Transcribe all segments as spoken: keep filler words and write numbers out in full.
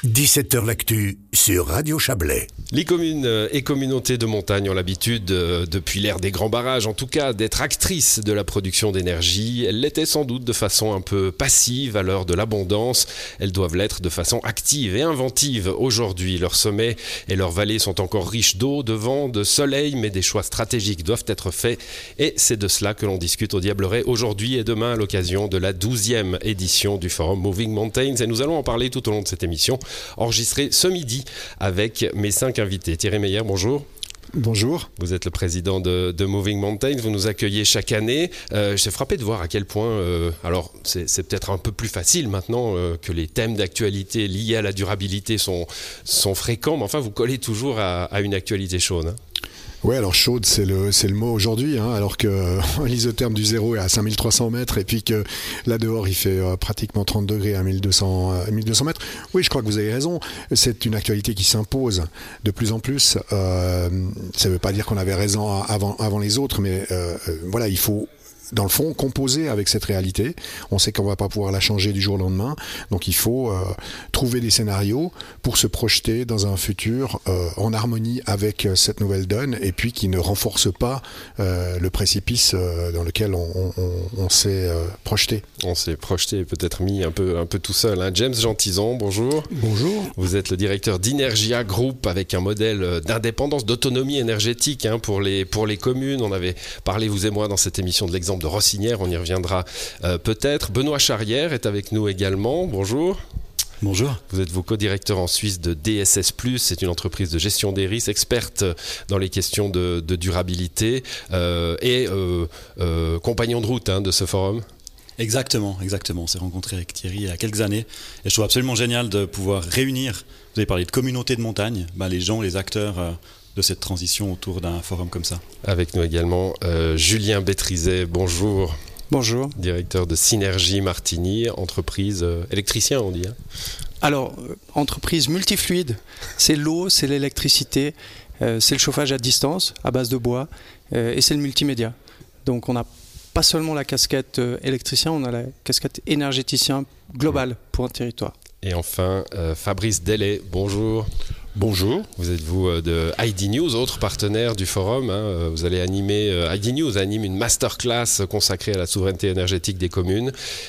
dix-sept heures l'actu sur Radio Chablais. Les communes et communautés de montagne ont l'habitude, euh, depuis l'ère des grands barrages en tout cas, d'être actrices de la production d'énergie. Elles l'étaient sans doute de façon un peu passive à l'heure de l'abondance. Elles doivent l'être de façon active et inventive. Aujourd'hui, leurs sommets et leurs vallées sont encore riches d'eau, de vent, de soleil, mais des choix stratégiques doivent être faits. Et c'est de cela que l'on discute au Diableret aujourd'hui et demain à l'occasion de la douzième édition du forum Moving Mountains. Et nous allons en parler tout au long de cette émission, enregistrée ce midi avec mes cinq invités. Thierry Meyer, bonjour. Bonjour. Vous êtes le président de, de Moving Mountains, vous nous accueillez chaque année. Euh, je suis frappé de voir à quel point, euh, alors c'est, c'est peut-être un peu plus facile maintenant euh, que les thèmes d'actualité liés à la durabilité sont, sont fréquents, mais enfin vous collez toujours à, à une actualité chaude. Hein. Oui, alors chaude, c'est le, c'est le mot aujourd'hui, hein, alors que l'isotherme du zéro est à cinq mille trois cents mètres et puis que là dehors il fait euh, pratiquement trente degrés à mille deux cents mètres. Oui, je crois que vous avez raison, c'est une actualité qui s'impose de plus en plus. Euh, ça ne veut pas dire qu'on avait raison avant, avant les autres, mais euh, voilà, il faut dans le fond, composer avec cette réalité. On sait qu'on ne va pas pouvoir la changer du jour au lendemain. Donc il faut euh, trouver des scénarios pour se projeter dans un futur euh, en harmonie avec euh, cette nouvelle donne et puis qui ne renforce pas euh, le précipice euh, dans lequel on, on, on s'est euh, projeté. On s'est projeté et peut-être mis un peu, un peu tout seul. Hein. James Gentizon, bonjour. Bonjour. Vous êtes le directeur d'Energia Group avec un modèle d'indépendance, d'autonomie énergétique hein, pour, les, pour les communes. On avait parlé, vous et moi, dans cette émission de l'exemple de Rossinière, on y reviendra euh, peut-être. Benoît Charrière est avec nous également, bonjour. Bonjour. Vous êtes vous co-directeur en Suisse de D S S plus, c'est une entreprise de gestion des risques, experte dans les questions de, de durabilité euh, et euh, euh, compagnon de route hein, de ce forum. Exactement, exactement. On s'est rencontré avec Thierry il y a quelques années et je trouve absolument génial de pouvoir réunir, vous avez parlé de communauté de montagne, ben les gens, les acteurs euh, de cette transition autour d'un forum comme ça. Avec nous également euh, Julien Bétrizet, bonjour. Bonjour. Directeur de Synergie Martigny, entreprise euh, électricien on dit. Hein. Alors, euh, entreprise multifluide, c'est l'eau, c'est l'électricité, euh, c'est le chauffage à distance, à base de bois, euh, et c'est le multimédia. Donc on n'a pas seulement la casquette euh, électricien, on a la casquette énergéticien globale pour un territoire. Et enfin, euh, Fabrice Delay, bonjour. Bonjour. Vous êtes vous de I D News, autre partenaire du forum. Hein. Vous allez animer, euh, I D News anime une masterclass consacrée à la souveraineté énergétique des communes.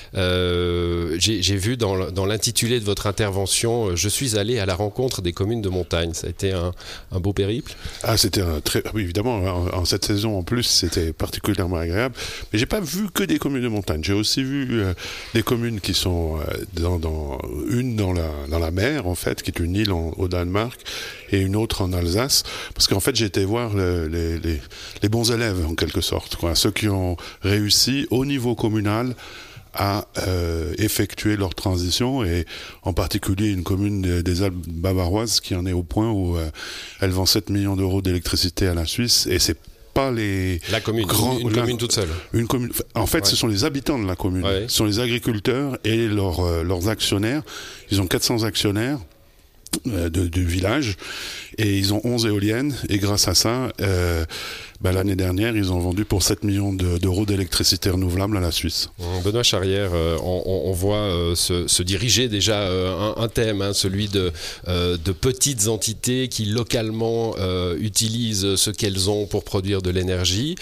Euh, j'ai, j'ai vu dans, dans l'intitulé de votre intervention, euh, je suis allé à la rencontre des communes de montagne. Ça a été un, un beau périple. Ah, c'était un très, oui, évidemment. En, en cette saison en plus, c'était particulièrement agréable. Mais j'ai pas vu que des communes de montagne. J'ai aussi vu euh, des communes qui sont euh, dans, dans une dans la dans la mer en fait, qui est une île en, au Danemark. Et une autre en Alsace, parce qu'en fait j'ai été voir le, les, les, les bons élèves en quelque sorte, quoi, ceux qui ont réussi au niveau communal à euh, effectuer leur transition, et en particulier une commune des, des Alpes bavaroises qui en est au point où euh, elle vend sept millions d'euros d'électricité à la Suisse, et c'est pas les la commune, grands, une, une la, commune toute seule. Une commune, en fait, ouais. Ce sont les habitants de la commune, ouais. Ce sont les agriculteurs et leurs, euh, leurs actionnaires. Ils ont quatre cents actionnaires. De, du village, et ils ont onze éoliennes, et grâce à ça euh, bah, l'année dernière ils ont vendu pour sept millions de, d'euros d'électricité renouvelable à la Suisse. Benoît Charrière, euh, on, on voit euh, se, se diriger déjà euh, un, un thème, hein, celui de, euh, de petites entités qui localement euh, utilisent ce qu'elles ont pour produire de l'énergie.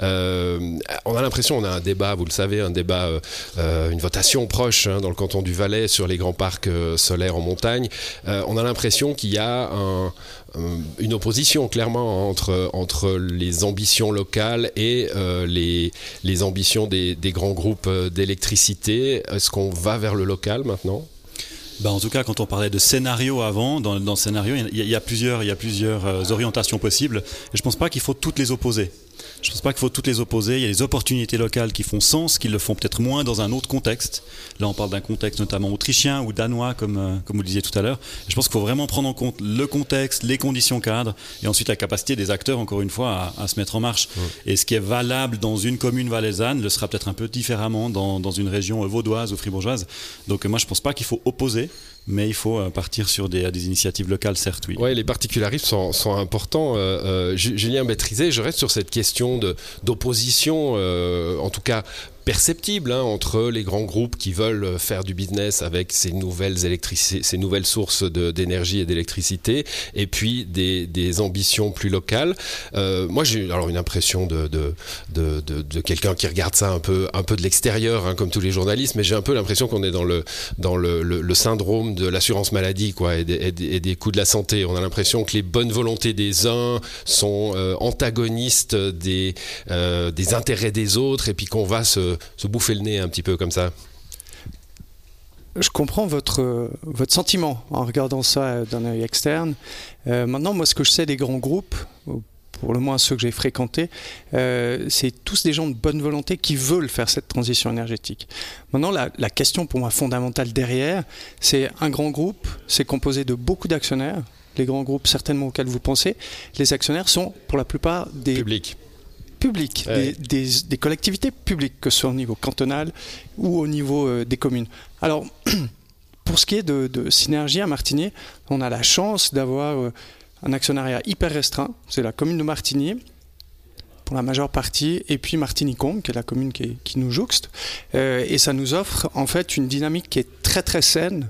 Euh, on a l'impression, on a un débat, vous le savez, un débat, euh, une votation proche hein, dans le canton du Valais sur les grands parcs euh, solaires en montagne. Euh, on a l'impression qu'il y a un, une opposition clairement entre, entre les ambitions locales et euh, les, les ambitions des, des grands groupes d'électricité. Est-ce qu'on va vers le local maintenant ? Ben en tout cas, quand on parlait de scénario avant, dans, dans le scénario, il y, a, il y a plusieurs, il y a plusieurs euh, orientations possibles, et je ne pense pas qu'il faut toutes les opposer. Je ne pense pas qu'il faut toutes les opposer. Il y a des opportunités locales qui font sens, qui le font peut-être moins dans un autre contexte. Là, on parle d'un contexte notamment autrichien ou danois, comme, euh, comme vous le disiez tout à l'heure. Et je pense qu'il faut vraiment prendre en compte le contexte, les conditions cadres, et ensuite la capacité des acteurs, encore une fois, à, à se mettre en marche. Mmh. Et ce qui est valable dans une commune valaisanne le sera peut-être un peu différemment dans, dans une région vaudoise ou fribourgeoise. Donc moi, je ne pense pas qu'il faut opposer, mais il faut partir sur des, des initiatives locales, certes, oui. Oui, les particularismes sont, sont importants. Euh, euh, Julien Bétrizet, je reste sur cette question de, d'opposition, euh, en tout cas perceptible hein, entre les grands groupes qui veulent faire du business avec ces nouvelles électricités, ces nouvelles sources de, d'énergie et d'électricité, et puis des, des ambitions plus locales. Euh, moi, j'ai alors une impression de, de, de, de, de quelqu'un qui regarde ça un peu, un peu de l'extérieur, hein, comme tous les journalistes, mais j'ai un peu l'impression qu'on est dans le, dans le, le, le syndrome de l'assurance maladie, quoi, et des, et des, et des coûts de la santé. On a l'impression que les bonnes volontés des uns sont euh, antagonistes des, euh, des intérêts des autres, et puis qu'on va se se bouffer le nez un petit peu comme ça. Je comprends votre, votre sentiment en regardant ça d'un œil externe. Euh, maintenant, moi, ce que je sais des grands groupes, pour le moins ceux que j'ai fréquentés, euh, c'est tous des gens de bonne volonté qui veulent faire cette transition énergétique. Maintenant, la, la question pour moi fondamentale derrière, c'est un grand groupe, c'est composé de beaucoup d'actionnaires. Les grands groupes certainement auxquels vous pensez, les actionnaires sont pour la plupart des... Public. publics, ouais. des, des, des collectivités publiques, que ce soit au niveau cantonal ou au niveau euh, des communes. Alors, pour ce qui est de, de Synergie à Martigny, on a la chance d'avoir euh, un actionnariat hyper restreint. C'est la commune de Martigny, pour la majeure partie, et puis Martigny-Combe, qui est la commune qui, est, qui nous jouxte. Euh, et ça nous offre en fait une dynamique qui est très très saine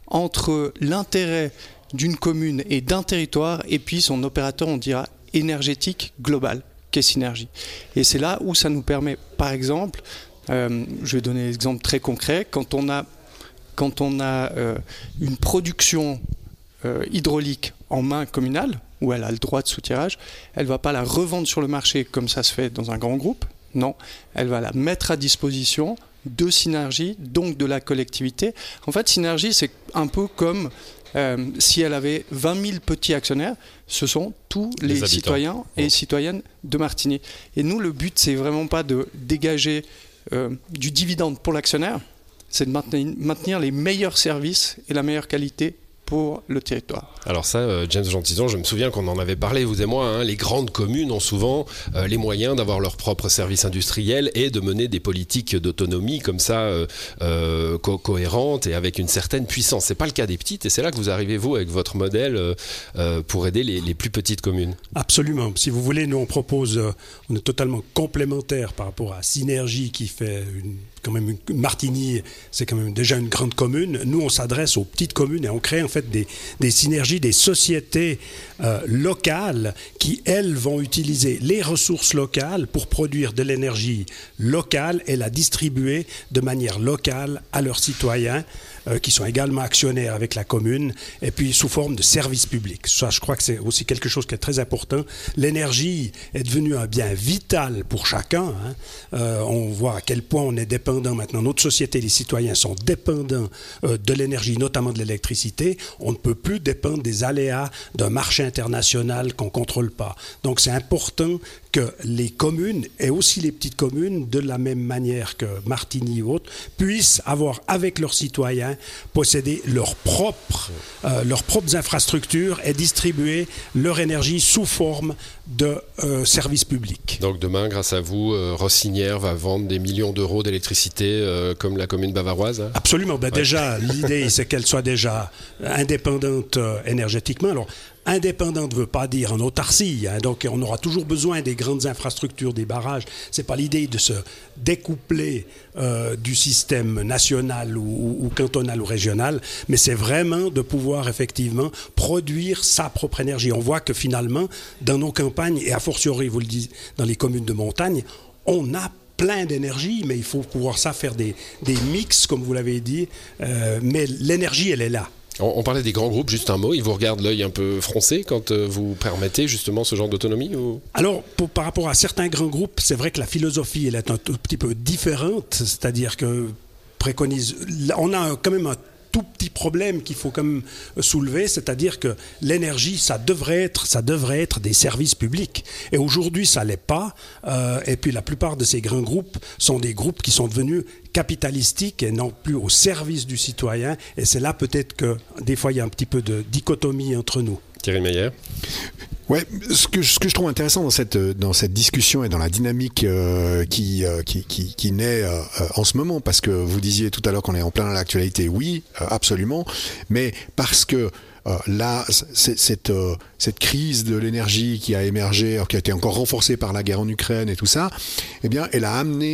entre l'intérêt d'une commune et d'un territoire, et puis son opérateur, on dira, énergétique global, qu'est Synergie. Et c'est là où ça nous permet, par exemple, euh, je vais donner un exemple très concret, quand on a, quand on a euh, une production euh, hydraulique en main communale, où elle a le droit de soutirage, elle ne va pas la revendre sur le marché comme ça se fait dans un grand groupe, non, elle va la mettre à disposition de Synergie, donc de la collectivité. En fait, Synergie, c'est un peu comme Euh, si elle avait vingt mille petits actionnaires, ce sont tous les, les citoyens et citoyennes de Martigny. Et nous, le but, c'est vraiment pas de dégager euh, du dividende pour l'actionnaire, c'est de maintenir, maintenir les meilleurs services et la meilleure qualité pour le territoire. Alors ça, euh, James Gentison, je me souviens qu'on en avait parlé, vous et moi, hein, les grandes communes ont souvent euh, les moyens d'avoir leur propre service industriel et de mener des politiques d'autonomie comme ça, euh, euh, co- cohérentes et avec une certaine puissance. C'est pas le cas des petites, et c'est là que vous arrivez, vous, avec votre modèle euh, euh, pour aider les, les plus petites communes. Absolument. Si vous voulez, nous on propose, euh, on est totalement complémentaire par rapport à Synergie qui fait une quand même une, Martigny, c'est quand même déjà une grande commune. Nous, on s'adresse aux petites communes et on crée en fait des, des synergies, des sociétés euh, locales qui, elles, vont utiliser les ressources locales pour produire de l'énergie locale et la distribuer de manière locale à leurs citoyens euh, qui sont également actionnaires avec la commune et puis sous forme de service public. Ça, je crois que c'est aussi quelque chose qui est très important. L'énergie est devenue un bien vital pour chacun. Hein. Euh, on voit à quel point on est dépendant maintenant, notre société, les citoyens sont dépendants euh, de l'énergie, notamment de l'électricité. On ne peut plus dépendre des aléas d'un marché international qu'on ne contrôle pas. Donc c'est important que les communes, et aussi les petites communes, de la même manière que Martigny ou autres, puissent avoir avec leurs citoyens, posséder leurs propres, euh, leurs propres infrastructures et distribuer leur énergie sous forme de euh, services publics. Donc demain, grâce à vous, euh, Rossinière va vendre des millions d'euros d'électricité euh, comme la commune bavaroise, hein? Absolument. Ben ouais. Déjà, l'idée, c'est qu'elle soit déjà indépendante euh, énergétiquement. Alors, indépendante ne veut pas dire en autarcie, hein, donc on aura toujours besoin des grandes infrastructures, des barrages. Ce n'est pas l'idée de se découpler euh, du système national ou, ou, ou cantonal ou régional, mais c'est vraiment de pouvoir effectivement produire sa propre énergie. On voit que finalement, dans nos campagnes, et a fortiori, vous le dites, dans les communes de montagne, on a plein d'énergie, mais il faut pouvoir ça faire des, des mix, comme vous l'avez dit, euh, mais l'énergie, elle est là. On parlait des grands groupes, juste un mot, ils vous regardent l'œil un peu froncé quand vous permettez justement ce genre d'autonomie ou... Alors, pour, par rapport à certains grands groupes, c'est vrai que la philosophie elle est un tout petit peu différente, c'est-à-dire que préconise, on a quand même un tout petit problème qu'il faut quand même soulever, c'est-à-dire que l'énergie, ça devrait être, ça devrait être des services publics. Et aujourd'hui, ça l'est pas. Euh, et puis la plupart de ces grands groupes sont des groupes qui sont devenus capitalistiques et non plus au service du citoyen. Et c'est là peut-être que des fois il y a un petit peu de dichotomie entre nous. Thierry Meyer. Ouais, ce que, ce que je trouve intéressant dans cette, dans cette discussion et dans la dynamique euh, qui, euh, qui, qui, qui naît euh, en ce moment, parce que vous disiez tout à l'heure qu'on est en plein dans l'actualité, oui, euh, absolument, mais parce que euh, là, c'est, cette, euh, cette crise de l'énergie qui a émergé, qui a été encore renforcée par la guerre en Ukraine et tout ça, eh bien, elle a amené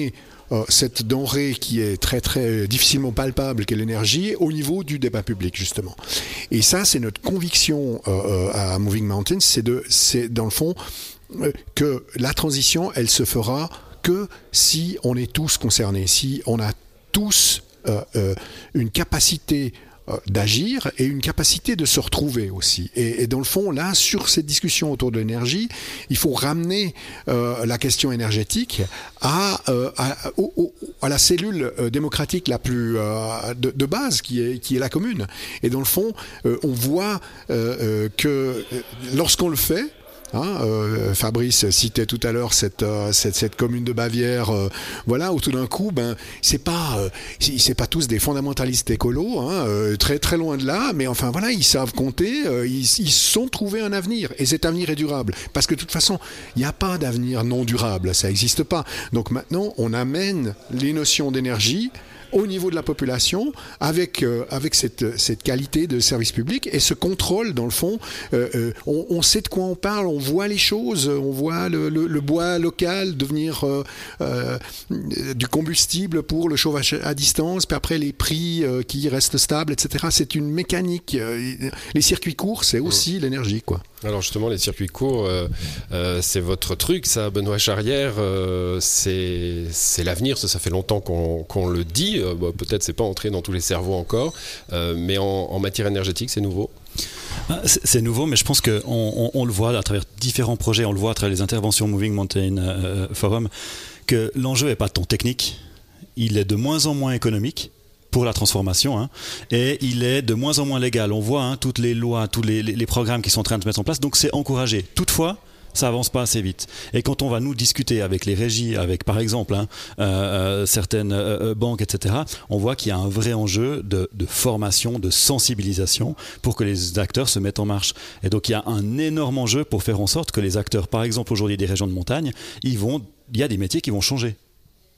euh, cette denrée qui est très très difficilement palpable qu'est l'énergie au niveau du débat public justement. Et ça c'est notre conviction euh, à Moving Mountains, c'est de c'est dans le fond euh, que la transition elle se fera que si on est tous concernés, si on a tous euh, euh, une capacité d'agir et une capacité de se retrouver aussi. Et, et dans le fond, là, sur cette discussion autour de l'énergie, il faut ramener euh, la question énergétique à, euh, à, au, au, à la cellule euh, démocratique la plus euh, de, de base, qui est, qui est la commune. Et dans le fond, euh, on voit euh, euh, que euh, lorsqu'on le fait, Hein, euh, Fabrice citait tout à l'heure cette, euh, cette, cette commune de Bavière, euh, voilà, où tout d'un coup, ben, c'est pas, euh, c'est pas tous des fondamentalistes écolos, hein, euh, très très loin de là, mais enfin voilà, ils savent compter, euh, ils, ils sont trouvés un avenir, et cet avenir est durable, parce que de toute façon, il n'y a pas d'avenir non durable, ça n'existe pas. Donc maintenant, on amène les notions d'énergie au niveau de la population, avec, euh, avec cette, cette qualité de service public et ce contrôle, dans le fond, euh, euh, on, on sait de quoi on parle, on voit les choses, on voit le, le, le bois local devenir euh, euh, du combustible pour le chauffage à distance, puis après les prix euh, qui restent stables, et cetera. C'est une mécanique. Euh, les circuits courts, c'est aussi mmh. l'énergie, quoi. Alors justement, les circuits courts, euh, euh, c'est votre truc, ça, Benoît Charrière, euh, c'est, c'est l'avenir, ça, ça fait longtemps qu'on, qu'on le dit, euh, bah, peut-être c'est pas entré dans tous les cerveaux encore, euh, mais en, en matière énergétique, c'est nouveau. C'est, c'est nouveau, mais je pense qu'on on, on le voit à travers différents projets, on le voit à travers les interventions Moving Mountain euh, Forum, que l'enjeu n'est pas tant technique, il est de moins en moins économique, pour la transformation, hein, et il est de moins en moins légal. On voit hein, toutes les lois, tous les, les, les programmes qui sont en train de se mettre en place, donc c'est encouragé. Toutefois, ça avance pas assez vite. Et quand on va nous discuter avec les régies, avec par exemple hein, euh, certaines euh, banques, et cetera, on voit qu'il y a un vrai enjeu de, de formation, de sensibilisation pour que les acteurs se mettent en marche. Et donc il y a un énorme enjeu pour faire en sorte que les acteurs, par exemple aujourd'hui des régions de montagne, ils vont, il y a des métiers qui vont changer. D'accord ?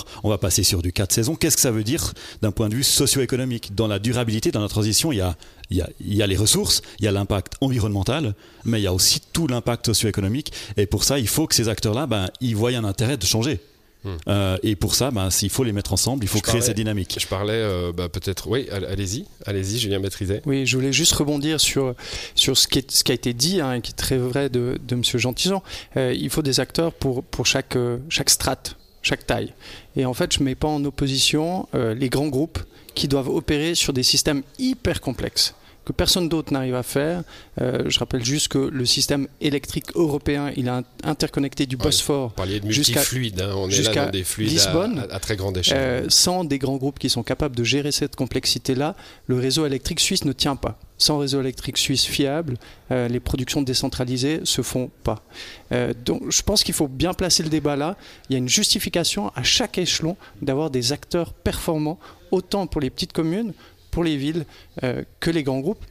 On va passer sur du quatre saisons. Qu'est-ce que ça veut dire d'un point de vue socio-économique ? Dans la durabilité, dans la transition, il y a, il y a, il y a les ressources, il y a l'impact environnemental, mais il y a aussi tout l'impact socio-économique. Et pour ça, il faut que ces acteurs-là, ben, ils voient un intérêt de changer. Hum. Euh, et pour ça, ben, il faut les mettre ensemble, il faut je créer parlais, cette dynamique. Je parlais euh, bah, peut-être... Oui, allez-y, allez-y, Julien Maîtrisé. Oui, je voulais juste rebondir sur, sur ce, qui est, ce qui a été dit, hein, qui est très vrai de, de M. Gentison. Euh, il faut des acteurs pour, pour chaque, chaque strate, chaque taille. Et en fait, je ne mets pas en opposition euh, les grands groupes qui doivent opérer sur des systèmes hyper complexes que personne d'autre n'arrive à faire. Euh, je rappelle juste que le système électrique européen, il est interconnecté du Bosphore. Vous parliez de multifluides, hein, on est là dans des fluides Lisbonne, à, à, à très grande échelle. Euh, sans des grands groupes qui sont capables de gérer cette complexité-là, le réseau électrique suisse ne tient pas. Sans réseau électrique suisse fiable, euh, les productions décentralisées ne se font pas. Euh, donc je pense qu'il faut bien placer le débat là. Il y a une justification à chaque échelon d'avoir des acteurs performants, autant pour les petites communes, pour les villes, euh, que les grands groupes.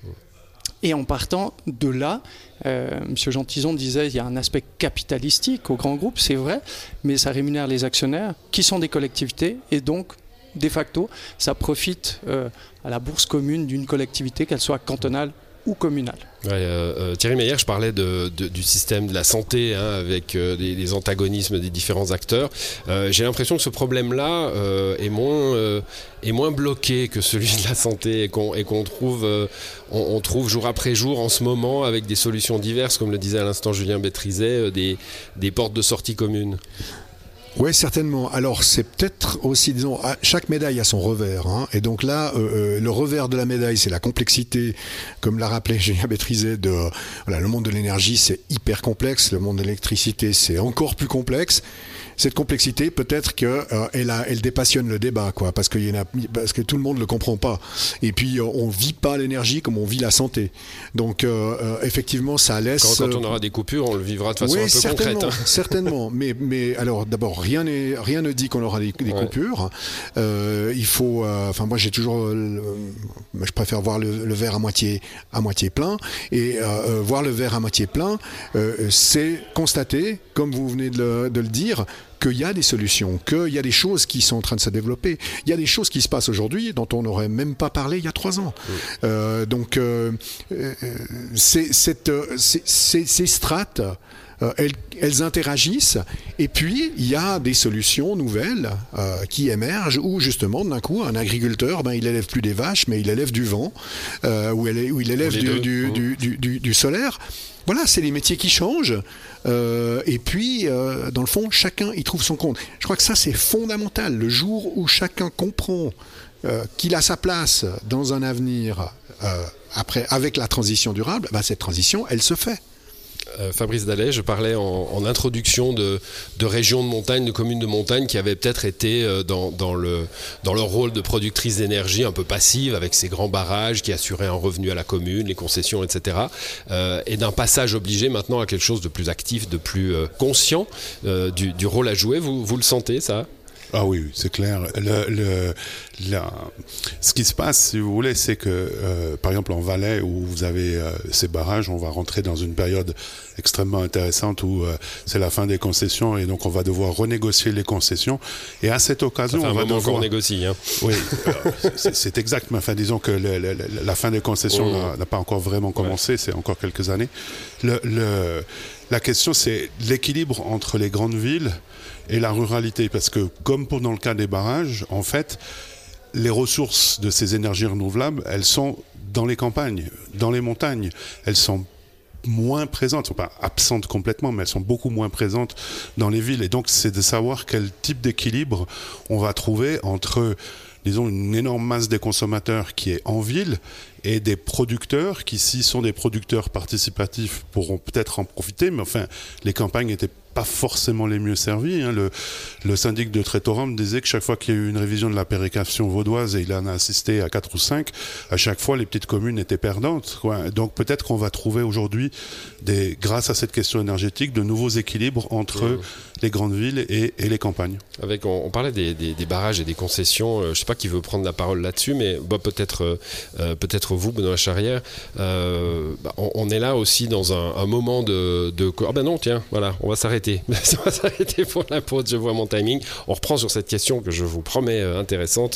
Et en partant de là, euh, M. Gentison disait qu'il y a un aspect capitalistique aux grands groupes, c'est vrai, mais ça rémunère les actionnaires, qui sont des collectivités, et donc, de facto, ça profite euh, à la bourse commune d'une collectivité, qu'elle soit cantonale ou communale. Ouais, euh, euh, Thierry Meyer, je parlais de, de, du système de la santé hein, avec euh, des, des antagonismes des différents acteurs. Euh, j'ai l'impression que ce problème-là euh, est, moins, euh, est moins bloqué que celui de la santé et qu'on, et qu'on trouve, euh, on, on trouve jour après jour en ce moment avec des solutions diverses, comme le disait à l'instant Julien Maîtrisé, euh, des, des portes de sortie communes. Oui, certainement. Alors, c'est peut-être aussi, disons, chaque médaille a son revers. Hein, et donc là, euh, le revers de la médaille, c'est la complexité, comme l'a rappelé Julien Maîtrisé, de voilà, le monde de l'énergie, c'est hyper complexe. Le monde de l'électricité, c'est encore plus complexe. Cette complexité, peut-être qu'elle euh, elle dépassionne le débat, quoi, parce, qu'il y en a, parce que tout le monde ne le comprend pas. Et puis, euh, on ne vit pas l'énergie comme on vit la santé. Donc, euh, euh, effectivement, ça laisse... Quand, quand on aura des coupures, on le vivra de façon oui, un peu certainement, concrète. Hein. Certainement. Mais, mais alors, d'abord, rien, n'est, rien ne dit qu'on aura des, des ouais. coupures. Euh, il faut... Enfin, euh, moi, j'ai toujours... Euh, je préfère voir le, le verre à moitié, à moitié plein. Et euh, voir le verre à moitié plein, euh, c'est constater, comme vous venez de le, de le dire, qu'il y a des solutions, qu'il y a des choses qui sont en train de se développer. Il y a des choses qui se passent aujourd'hui dont on n'aurait même pas parlé il y a trois ans. Oui. Euh, donc, euh, c'est, cette, c'est, c'est, ces strates euh, elles, elles interagissent, et puis il y a des solutions nouvelles euh, qui émergent, où justement d'un coup un agriculteur, ben, il élève plus des vaches, mais il élève du vent, euh, ou, il, ou il élève du, du, du, du, du, du solaire. Voilà, c'est les métiers qui changent, euh, et puis euh, dans le fond, chacun y trouve son compte. Je crois que ça, c'est fondamental. Le jour où chacun comprend euh, qu'il a sa place dans un avenir euh, après, avec la transition durable, ben, cette transition, elle se fait. Euh, Fabrice Dallet, je parlais en, en introduction de, de régions de montagne, de communes de montagne qui avaient peut-être été euh, dans, dans, le, dans leur rôle de productrice d'énergie un peu passive, avec ces grands barrages qui assuraient un revenu à la commune, les concessions, et cetera. Euh, et d'un passage obligé maintenant à quelque chose de plus actif, de plus euh, conscient euh, du, du rôle à jouer. Vous, vous le sentez, ça ? Ah oui, c'est clair. Le, le, la, ce qui se passe, si vous voulez, c'est que, euh, par exemple, en Valais, où vous avez euh, ces barrages, on va rentrer dans une période extrêmement intéressante où euh, c'est la fin des concessions et donc on va devoir renégocier les concessions. Et à cette occasion, ça fait un on va moment devoir... qu'on négocie. Hein. Oui, euh, c'est, c'est exact. Mais enfin, disons que le, le, le, la fin des concessions oh. n'a, n'a pas encore vraiment commencé. Ouais. C'est encore quelques années. Le, le, la question, c'est l'équilibre entre les grandes villes et la ruralité, parce que comme pour dans le cas des barrages, en fait, les ressources de ces énergies renouvelables, elles sont dans les campagnes, dans les montagnes. Elles sont moins présentes, elles ne sont pas absentes complètement, mais elles sont beaucoup moins présentes dans les villes. Et donc, c'est de savoir quel type d'équilibre on va trouver entre, disons, une énorme masse des consommateurs qui est en ville et des producteurs qui, s'ils sont des producteurs participatifs, pourront peut-être en profiter, mais enfin, les campagnes étaient pas forcément les mieux servis. Hein. Le, le syndic de Trétorum disait que chaque fois qu'il y a eu une révision de la péréquation vaudoise, et il en a assisté à quatre ou cinq, à chaque fois les petites communes étaient perdantes, quoi. Donc peut-être qu'on va trouver aujourd'hui, des, grâce à cette question énergétique, de nouveaux équilibres entre mmh. les grandes villes et, et les campagnes. Avec, on, on parlait des, des, des barrages et des concessions. Euh, je ne sais pas qui veut prendre la parole là-dessus, mais bah, peut-être, euh, peut-être vous, Benoît Charrière. Euh, bah, on, on est là aussi dans un, un moment de... de... Ah ben non, tiens, voilà, on va s'arrêter. On va s'arrêter pour la pause, je vois mon timing. On reprend sur cette question que je vous promets intéressante.